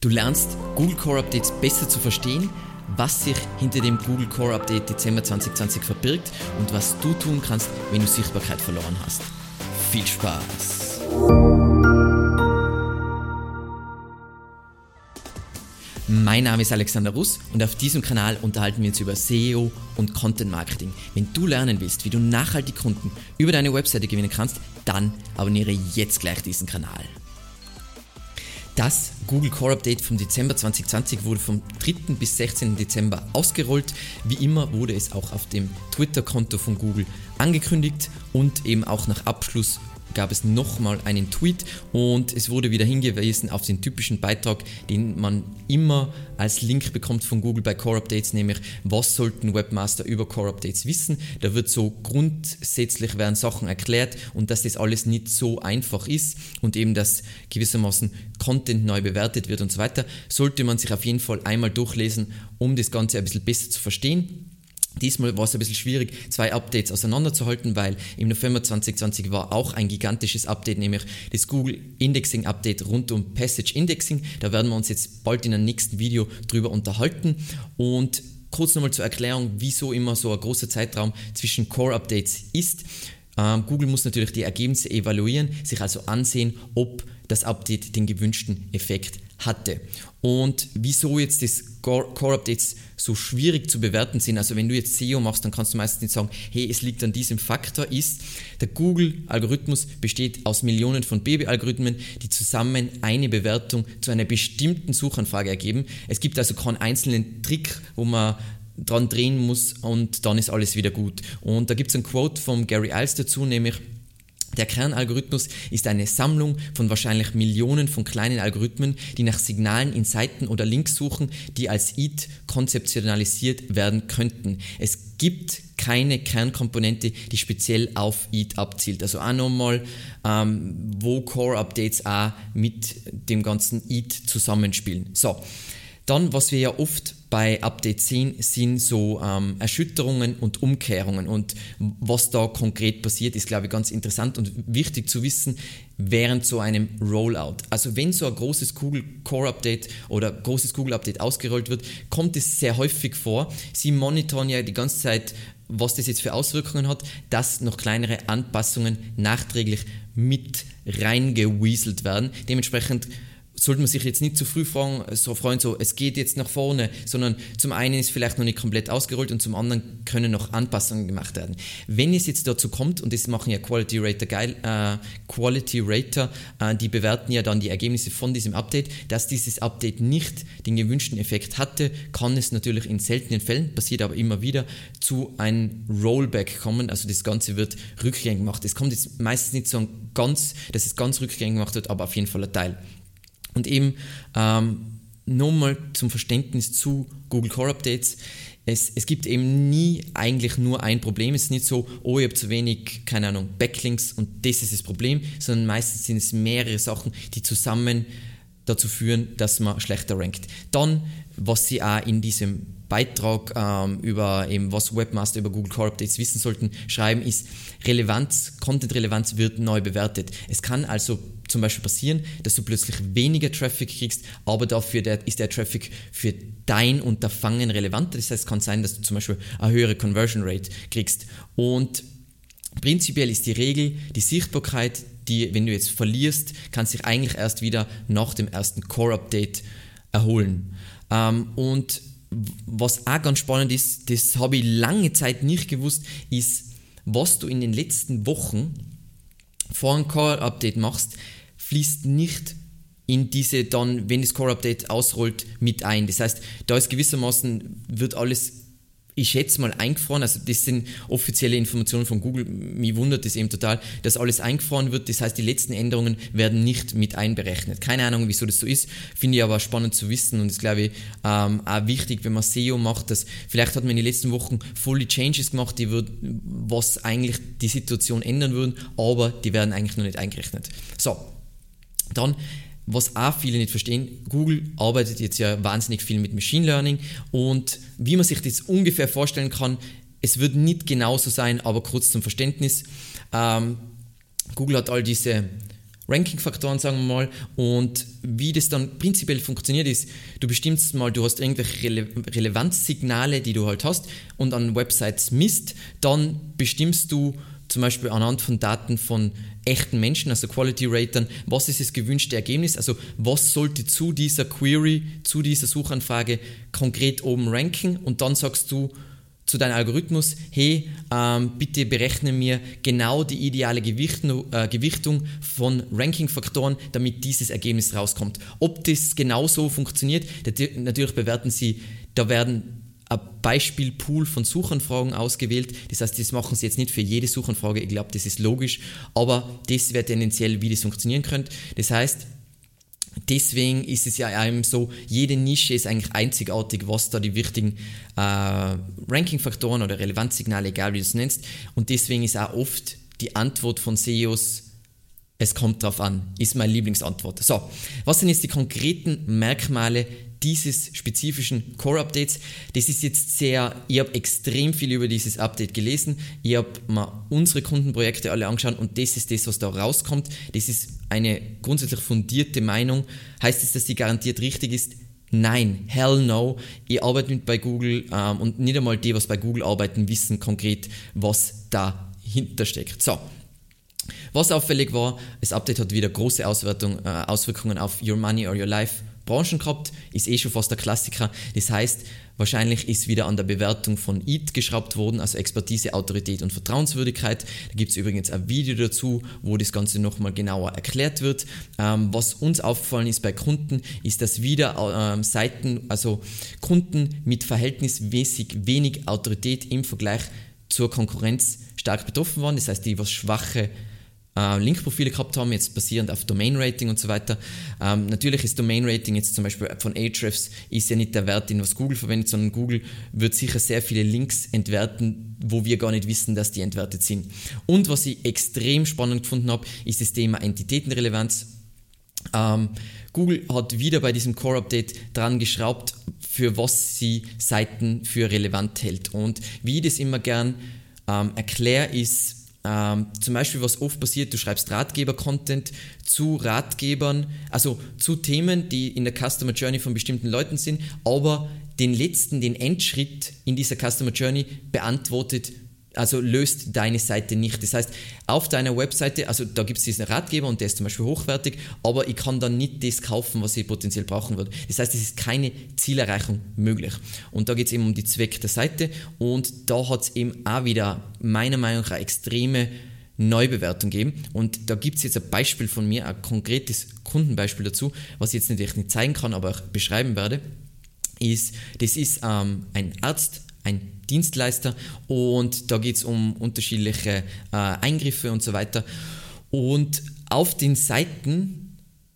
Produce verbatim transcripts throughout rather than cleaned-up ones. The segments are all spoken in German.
Du lernst Google Core Updates besser zu verstehen, was sich hinter dem Google Core Update Dezember zwanzig zwanzig verbirgt und was du tun kannst, wenn du Sichtbarkeit verloren hast. Viel Spaß! Mein Name ist Alexander Russ und auf diesem Kanal unterhalten wir uns über S E O und Content Marketing. Wenn du lernen willst, wie du nachhaltig Kunden über deine Webseite gewinnen kannst, dann abonniere jetzt gleich diesen Kanal. Das Google Core Update vom Dezember zwanzig zwanzig wurde vom dritten bis sechzehnten Dezember ausgerollt. Wie immer wurde es auch auf dem Twitter-Konto von Google angekündigt und eben auch nach Abschluss gab es nochmal einen Tweet und es wurde wieder hingewiesen auf den typischen Beitrag, den man immer als Link bekommt von Google bei Core Updates, nämlich was sollten Webmaster über Core Updates wissen. Da wird so grundsätzlich werden Sachen erklärt und dass das alles nicht so einfach ist und eben, dass gewissermaßen Content neu bewertet wird und so weiter, sollte man sich auf jeden Fall einmal durchlesen, um das Ganze ein bisschen besser zu verstehen. Diesmal war es ein bisschen schwierig, zwei Updates auseinanderzuhalten, weil im November zwanzig zwanzig war auch ein gigantisches Update, nämlich das Google Indexing Update rund um Passage Indexing. Da werden wir uns jetzt bald in einem nächsten Video drüber unterhalten. Und kurz nochmal zur Erklärung, wieso immer so ein großer Zeitraum zwischen Core Updates ist. Ähm, Google muss natürlich die Ergebnisse evaluieren, sich also ansehen, ob das Update den gewünschten Effekt hatte. Und wieso jetzt das Core Updates so schwierig zu bewerten sind, also wenn du jetzt S E O machst, dann kannst du meistens nicht sagen, hey, es liegt an diesem Faktor, ist, der Google-Algorithmus besteht aus Millionen von Baby-Algorithmen, die zusammen eine Bewertung zu einer bestimmten Suchanfrage ergeben. Es gibt also keinen einzelnen Trick, wo man dran drehen muss und dann ist alles wieder gut. Und da gibt es ein Quote von Gary Illyes dazu, nämlich: Der Kernalgorithmus ist eine Sammlung von wahrscheinlich Millionen von kleinen Algorithmen, die nach Signalen in Seiten oder Links suchen, die als I D konzeptionalisiert werden könnten. Es gibt keine Kernkomponente, die speziell auf I D abzielt. Also auch nochmal, ähm, wo Core Updates auch mit dem ganzen I D zusammenspielen. So, dann, was wir ja oft bei Update sehen, sind so ähm, Erschütterungen und Umkehrungen. Und was da konkret passiert, ist, glaube ich, ganz interessant und wichtig zu wissen während so einem Rollout. Also wenn so ein großes Google Core Update oder großes Google Update ausgerollt wird, kommt es sehr häufig vor. Sie monitoren ja die ganze Zeit, was das jetzt für Auswirkungen hat, dass noch kleinere Anpassungen nachträglich mit reingeweaselt werden. Dementsprechend sollte man sich jetzt nicht zu früh fragen, so freuen, so es geht jetzt nach vorne, sondern zum einen ist vielleicht noch nicht komplett ausgerollt und zum anderen können noch Anpassungen gemacht werden. Wenn es jetzt dazu kommt, und das machen ja Quality Rater geil, äh, Quality Rater, äh, die bewerten ja dann die Ergebnisse von diesem Update, dass dieses Update nicht den gewünschten Effekt hatte, kann es natürlich in seltenen Fällen, passiert aber immer wieder, zu einem Rollback kommen, also das Ganze wird rückgängig gemacht. Es kommt jetzt meistens nicht so ganz, dass es ganz rückgängig gemacht wird, aber auf jeden Fall ein Teil. Und eben ähm, nochmal zum Verständnis zu Google Core Updates. Es, es gibt eben nie eigentlich nur ein Problem. Es ist nicht so, oh, ich habe zu wenig, keine Ahnung, Backlinks und das ist das Problem, sondern meistens sind es mehrere Sachen, die zusammen dazu führen, dass man schlechter rankt. Dann, was sie auch in diesem Beitrag ähm, über eben was Webmaster über Google Core Updates wissen sollten, schreiben, ist Relevanz, Content-Relevanz wird neu bewertet. Es kann also zum Beispiel passieren, dass du plötzlich weniger Traffic kriegst, aber dafür der, ist der Traffic für dein Unterfangen relevanter. Das heißt, es kann sein, dass du zum Beispiel eine höhere Conversion Rate kriegst. Und prinzipiell ist die Regel, die Sichtbarkeit, die, wenn du jetzt verlierst, kannst dich eigentlich erst wieder nach dem ersten Core Update erholen. Ähm, und was auch ganz spannend ist, das habe ich lange Zeit nicht gewusst, ist, was du in den letzten Wochen vor einem Core-Update machst, fließt nicht in diese dann, wenn das Core-Update ausrollt, mit ein. Das heißt, da ist gewissermaßen, wird alles, ich schätze mal, eingefroren. Also das sind offizielle Informationen von Google. Mich wundert es eben total, dass alles eingefroren wird. Das heißt, die letzten Änderungen werden nicht mit einberechnet. Keine Ahnung, wieso das so ist. Finde ich aber spannend zu wissen und ist, glaube ich, ähm, auch wichtig, wenn man S E O macht, dass vielleicht hat man in den letzten Wochen fully Changes gemacht, die würd, was eigentlich die Situation ändern würden, aber die werden eigentlich noch nicht eingerechnet. So, dann, was auch viele nicht verstehen, Google arbeitet jetzt ja wahnsinnig viel mit Machine Learning und wie man sich das ungefähr vorstellen kann, es wird nicht genauso sein, aber kurz zum Verständnis, ähm, Google hat all diese Ranking-Faktoren, sagen wir mal. Und wie das dann prinzipiell funktioniert ist, du bestimmst mal, du hast irgendwelche Rele- Relevanzsignale, die du halt hast und an Websites misst, dann bestimmst du zum Beispiel anhand von Daten von echten Menschen, also Quality Ratern, was ist das gewünschte Ergebnis, also was sollte zu dieser Query, zu dieser Suchanfrage konkret oben ranken, und dann sagst du zu deinem Algorithmus, hey, ähm, bitte berechne mir genau die ideale Gewichtung, äh, Gewichtung von Ranking-Faktoren, damit dieses Ergebnis rauskommt. Ob das genauso funktioniert, natürlich bewerten sie, da werden ein Beispielpool von Suchanfragen ausgewählt. Das heißt, das machen sie jetzt nicht für jede Suchanfrage. Ich glaube, das ist logisch. Aber das wäre tendenziell, wie das funktionieren könnte. Das heißt, deswegen ist es ja eben so, jede Nische ist eigentlich einzigartig, was da die wichtigen äh, Ranking-Faktoren oder Relevanzsignale, egal wie du es nennst. Und deswegen ist auch oft die Antwort von S E Os, es kommt drauf an, ist meine Lieblingsantwort. So, was sind jetzt die konkreten Merkmale dieses spezifischen Core-Updates? Das ist jetzt sehr, ich habe extrem viel über dieses Update gelesen, ich habe mir unsere Kundenprojekte alle angeschaut und das ist das, was da rauskommt. Das ist eine grundsätzlich fundierte Meinung. Heißt es, dass die garantiert richtig ist? Nein, hell no. Ich arbeite nicht bei Google ähm, und nicht einmal die, was bei Google arbeiten, wissen konkret, was dahinter steckt. So. Was auffällig war, das Update hat wieder große Auswertung, äh, Auswirkungen auf Your Money or Your Life Branchen gehabt, ist eh schon fast der Klassiker. Das heißt, wahrscheinlich ist wieder an der Bewertung von E A T geschraubt worden, also Expertise, Autorität und Vertrauenswürdigkeit. Da gibt es übrigens ein Video dazu, wo das Ganze nochmal genauer erklärt wird. Ähm, was uns aufgefallen ist bei Kunden, ist, dass wieder ähm, Seiten, also Kunden mit verhältnismäßig wenig Autorität im Vergleich zur Konkurrenz stark betroffen waren. Das heißt, die, was schwache äh, Linkprofile gehabt haben, jetzt basierend auf Domain-Rating und so weiter. Ähm, natürlich ist Domain-Rating jetzt zum Beispiel von Ahrefs ist ja nicht der Wert, den was Google verwendet, sondern Google wird sicher sehr viele Links entwerten, wo wir gar nicht wissen, dass die entwertet sind. Und was ich extrem spannend gefunden habe, ist das Thema Entitätenrelevanz. Ähm, Google hat wieder bei diesem Core-Update dran geschraubt, für was sie Seiten für relevant hält. Und wie ich das immer gern ähm, erkläre, ist ähm, zum Beispiel, was oft passiert, du schreibst Ratgeber-Content zu Ratgebern, also zu Themen, die in der Customer Journey von bestimmten Leuten sind, aber den letzten, den Endschritt in dieser Customer Journey beantwortet, also löst deine Seite nicht. Das heißt, auf deiner Webseite, also da gibt es diesen Ratgeber und der ist zum Beispiel hochwertig, aber ich kann dann nicht das kaufen, was ich potenziell brauchen würde. Das heißt, es ist keine Zielerreichung möglich. Und da geht es eben um die Zweck der Seite und da hat es eben auch wieder meiner Meinung nach eine extreme Neubewertung geben. Und da gibt es jetzt ein Beispiel von mir, ein konkretes Kundenbeispiel dazu, was ich jetzt natürlich nicht zeigen kann, aber auch beschreiben werde, ist, das ist ähm, ein Arzt, ein Dienstleister und da geht es um unterschiedliche äh, Eingriffe und so weiter. Und auf den Seiten,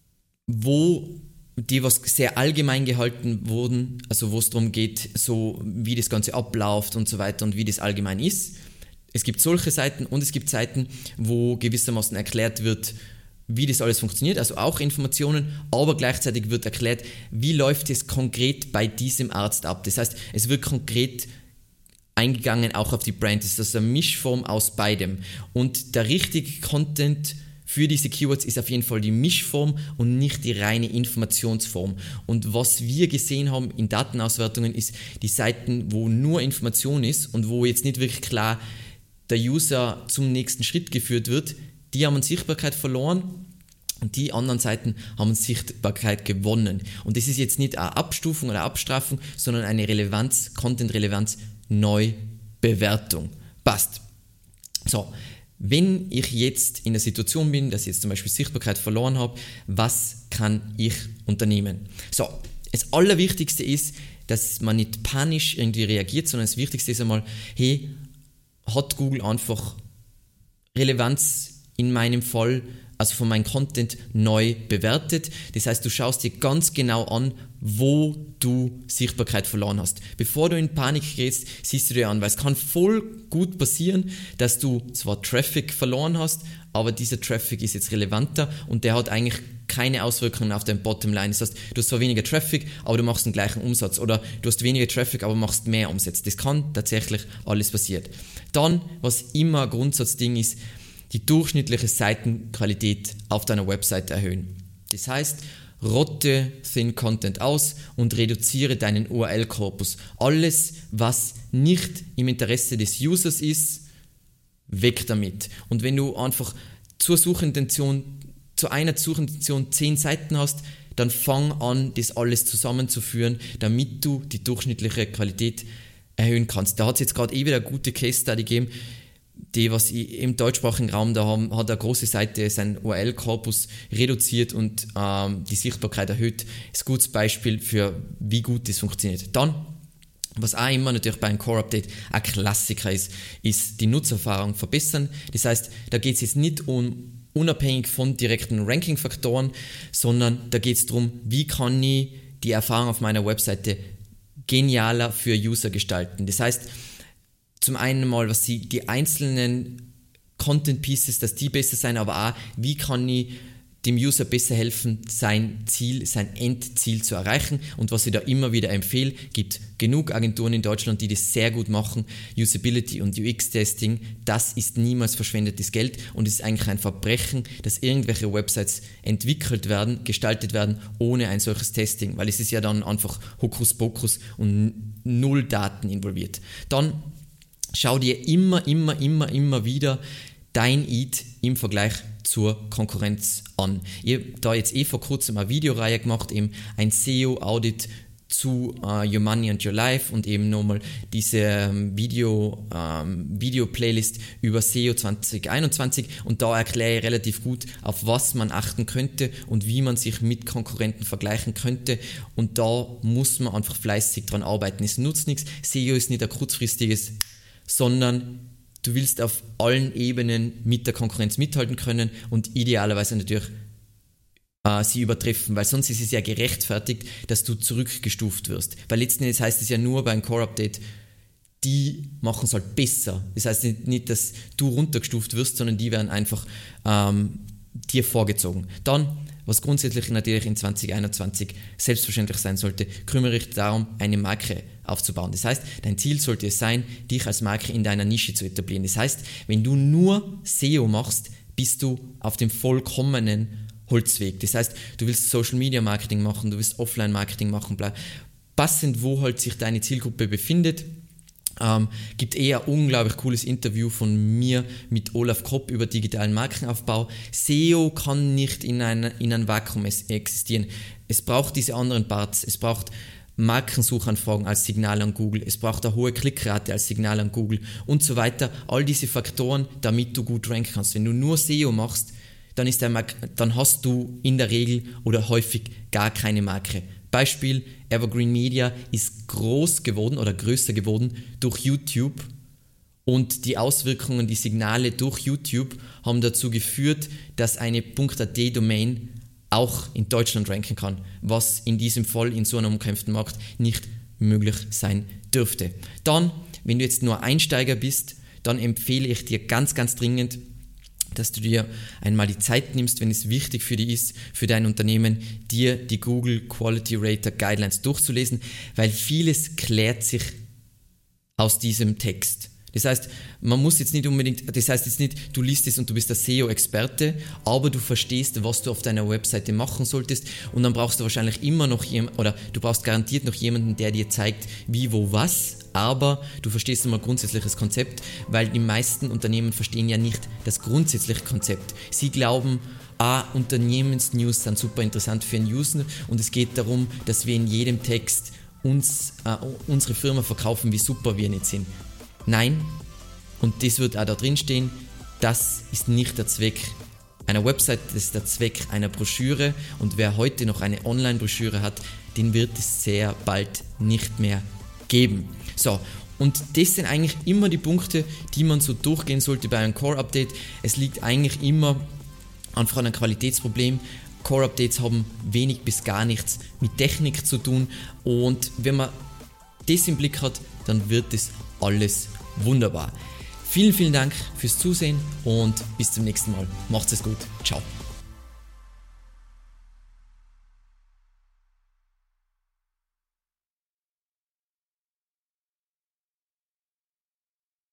wo die was sehr allgemein gehalten wurden, also wo es darum geht, so wie das Ganze abläuft und so weiter und wie das allgemein ist. Es gibt solche Seiten und es gibt Seiten, wo gewissermaßen erklärt wird, wie das alles funktioniert, also auch Informationen, aber gleichzeitig wird erklärt, wie läuft es konkret bei diesem Arzt ab. Das heißt, es wird konkret eingegangen auch auf die Brand. Das ist also eine Mischform aus beidem. Und der richtige Content für diese Keywords ist auf jeden Fall die Mischform und nicht die reine Informationsform. Und was wir gesehen haben in Datenauswertungen ist die Seiten, wo nur Information ist und wo jetzt nicht wirklich klar der User zum nächsten Schritt geführt wird, die haben an Sichtbarkeit verloren und die anderen Seiten haben an Sichtbarkeit gewonnen. Und das ist jetzt nicht eine Abstufung oder Abstrafung, sondern eine Relevanz, Content-Relevanz, Neubewertung. Passt. So, wenn ich jetzt in der Situation bin, dass ich jetzt zum Beispiel Sichtbarkeit verloren habe, was kann ich unternehmen? So, das Allerwichtigste ist, dass man nicht panisch irgendwie reagiert, sondern das Wichtigste ist einmal, hey, hat Google einfach Relevanz in meinem Fall, also von meinem Content, neu bewertet. Das heißt, du schaust dir ganz genau an, wo du Sichtbarkeit verloren hast. Bevor du in Panik gehst, siehst du dir an, weil es kann voll gut passieren, dass du zwar Traffic verloren hast, aber dieser Traffic ist jetzt relevanter und der hat eigentlich keine Auswirkungen auf dein Bottomline. Das heißt, du hast zwar weniger Traffic, aber du machst den gleichen Umsatz oder du hast weniger Traffic, aber machst mehr Umsatz. Das kann tatsächlich alles passieren. Dann, was immer ein Grundsatzding ist, die durchschnittliche Seitenqualität auf deiner Website erhöhen. Das heißt, rotte Thin Content aus und reduziere deinen U R L-Korpus. Alles, was nicht im Interesse des Users ist, weg damit. Und wenn du einfach zur Suchintention, zu einer Suchintention zehn Seiten hast, dann fang an, das alles zusammenzuführen, damit du die durchschnittliche Qualität erhöhen kannst. Da hat es jetzt gerade eh wieder eine gute Case Study gegeben, die, was ich im deutschsprachigen Raum da haben, hat eine große Seite seinen U R L-Korpus reduziert und ähm, die Sichtbarkeit erhöht. Das ist ein gutes Beispiel für, wie gut das funktioniert. Dann, was auch immer natürlich bei einem Core-Update ein Klassiker ist, ist die Nutzererfahrung verbessern. Das heißt, da geht es jetzt nicht um unabhängig von direkten Ranking-Faktoren, sondern da geht es darum, wie kann ich die Erfahrung auf meiner Webseite genialer für User gestalten. Das heißt, zum einen mal, was sie die einzelnen Content Pieces, dass die besser sein, aber auch, wie kann ich dem User besser helfen, sein Ziel, sein Endziel zu erreichen. Und was ich da immer wieder empfehle, gibt genug Agenturen in Deutschland, die das sehr gut machen. Usability und U X-Testing, das ist niemals verschwendetes Geld und es ist eigentlich ein Verbrechen, dass irgendwelche Websites entwickelt werden, gestaltet werden, ohne ein solches Testing, weil es ist ja dann einfach Hokuspokus und null Daten involviert. Dann schau dir immer, immer, immer, immer wieder dein I D im Vergleich zur Konkurrenz an. Ich habe da jetzt eh vor kurzem eine Videoreihe gemacht, eben ein S E O-Audit zu uh, Your Money and Your Life und eben nochmal diese ähm, Video, ähm, Video-Playlist über S E O zwanzig einundzwanzig und da erkläre ich relativ gut, auf was man achten könnte und wie man sich mit Konkurrenten vergleichen könnte und da muss man einfach fleißig dran arbeiten. Es nutzt nichts, S E O ist nicht ein kurzfristiges, sondern du willst auf allen Ebenen mit der Konkurrenz mithalten können und idealerweise natürlich äh, sie übertreffen, weil sonst ist es ja gerechtfertigt, dass du zurückgestuft wirst. Weil letzten Endes heißt es ja nur bei einem Core-Update, die machen es halt besser. Das heißt nicht, nicht, dass du runtergestuft wirst, sondern die werden einfach ähm, dir vorgezogen. Dann, was grundsätzlich natürlich in zwanzig einundzwanzig selbstverständlich sein sollte, kümmere dich darum, eine Marke aufzubauen. Das heißt, dein Ziel sollte es sein, dich als Marke in deiner Nische zu etablieren. Das heißt, wenn du nur S E O machst, bist du auf dem vollkommenen Holzweg. Das heißt, du willst Social Media Marketing machen, du willst Offline Marketing machen, passend wo halt sich deine Zielgruppe befindet. Ähm, gibt eher ein unglaublich cooles Interview von mir mit Olaf Kopp über digitalen Markenaufbau. S E O kann nicht in, eine, in einem Vakuum existieren. Es braucht diese anderen Parts. Es braucht Markensuchanfragen als Signal an Google. Es braucht eine hohe Klickrate als Signal an Google und so weiter. All diese Faktoren, damit du gut ranken kannst. Wenn du nur S E O machst, dann, ist der Mark- dann hast du in der Regel oder häufig gar keine Marke. Beispiel, Evergreen Media ist groß geworden oder größer geworden durch YouTube und die Auswirkungen, die Signale durch YouTube haben dazu geführt, dass eine .at-Domain auch in Deutschland ranken kann, was in diesem Fall in so einem umkämpften Markt nicht möglich sein dürfte. Dann, wenn du jetzt nur Einsteiger bist, dann empfehle ich dir ganz, ganz dringend, dass du dir einmal die Zeit nimmst, wenn es wichtig für dich ist, für dein Unternehmen, dir die Google Quality Rater Guidelines durchzulesen, weil vieles klärt sich aus diesem Text. Das heißt, man muss jetzt nicht unbedingt, das heißt jetzt nicht, du liest es und du bist der S E O-Experte, aber du verstehst, was du auf deiner Webseite machen solltest und dann brauchst du wahrscheinlich immer noch jemanden, oder du brauchst garantiert noch jemanden, der dir zeigt, wie, wo, was, aber du verstehst einmal grundsätzliches Konzept, weil die meisten Unternehmen verstehen ja nicht das grundsätzliche Konzept. Sie glauben, ah, Unternehmensnews sind super interessant für einen User und es geht darum, dass wir in jedem Text uns, äh, unsere Firma verkaufen, wie super wir nicht sind. Nein, und das wird auch da drin stehen, das ist nicht der Zweck einer Website, das ist der Zweck einer Broschüre und wer heute noch eine Online-Broschüre hat, den wird es sehr bald nicht mehr geben. So, und das sind eigentlich immer die Punkte, die man so durchgehen sollte bei einem Core-Update. Es liegt eigentlich immer einfach an einem Qualitätsproblem. Core-Updates haben wenig bis gar nichts mit Technik zu tun und wenn man das im Blick hat, dann wird es alles wunderbar. Vielen, vielen Dank fürs Zusehen und bis zum nächsten Mal. Macht's es gut. Ciao.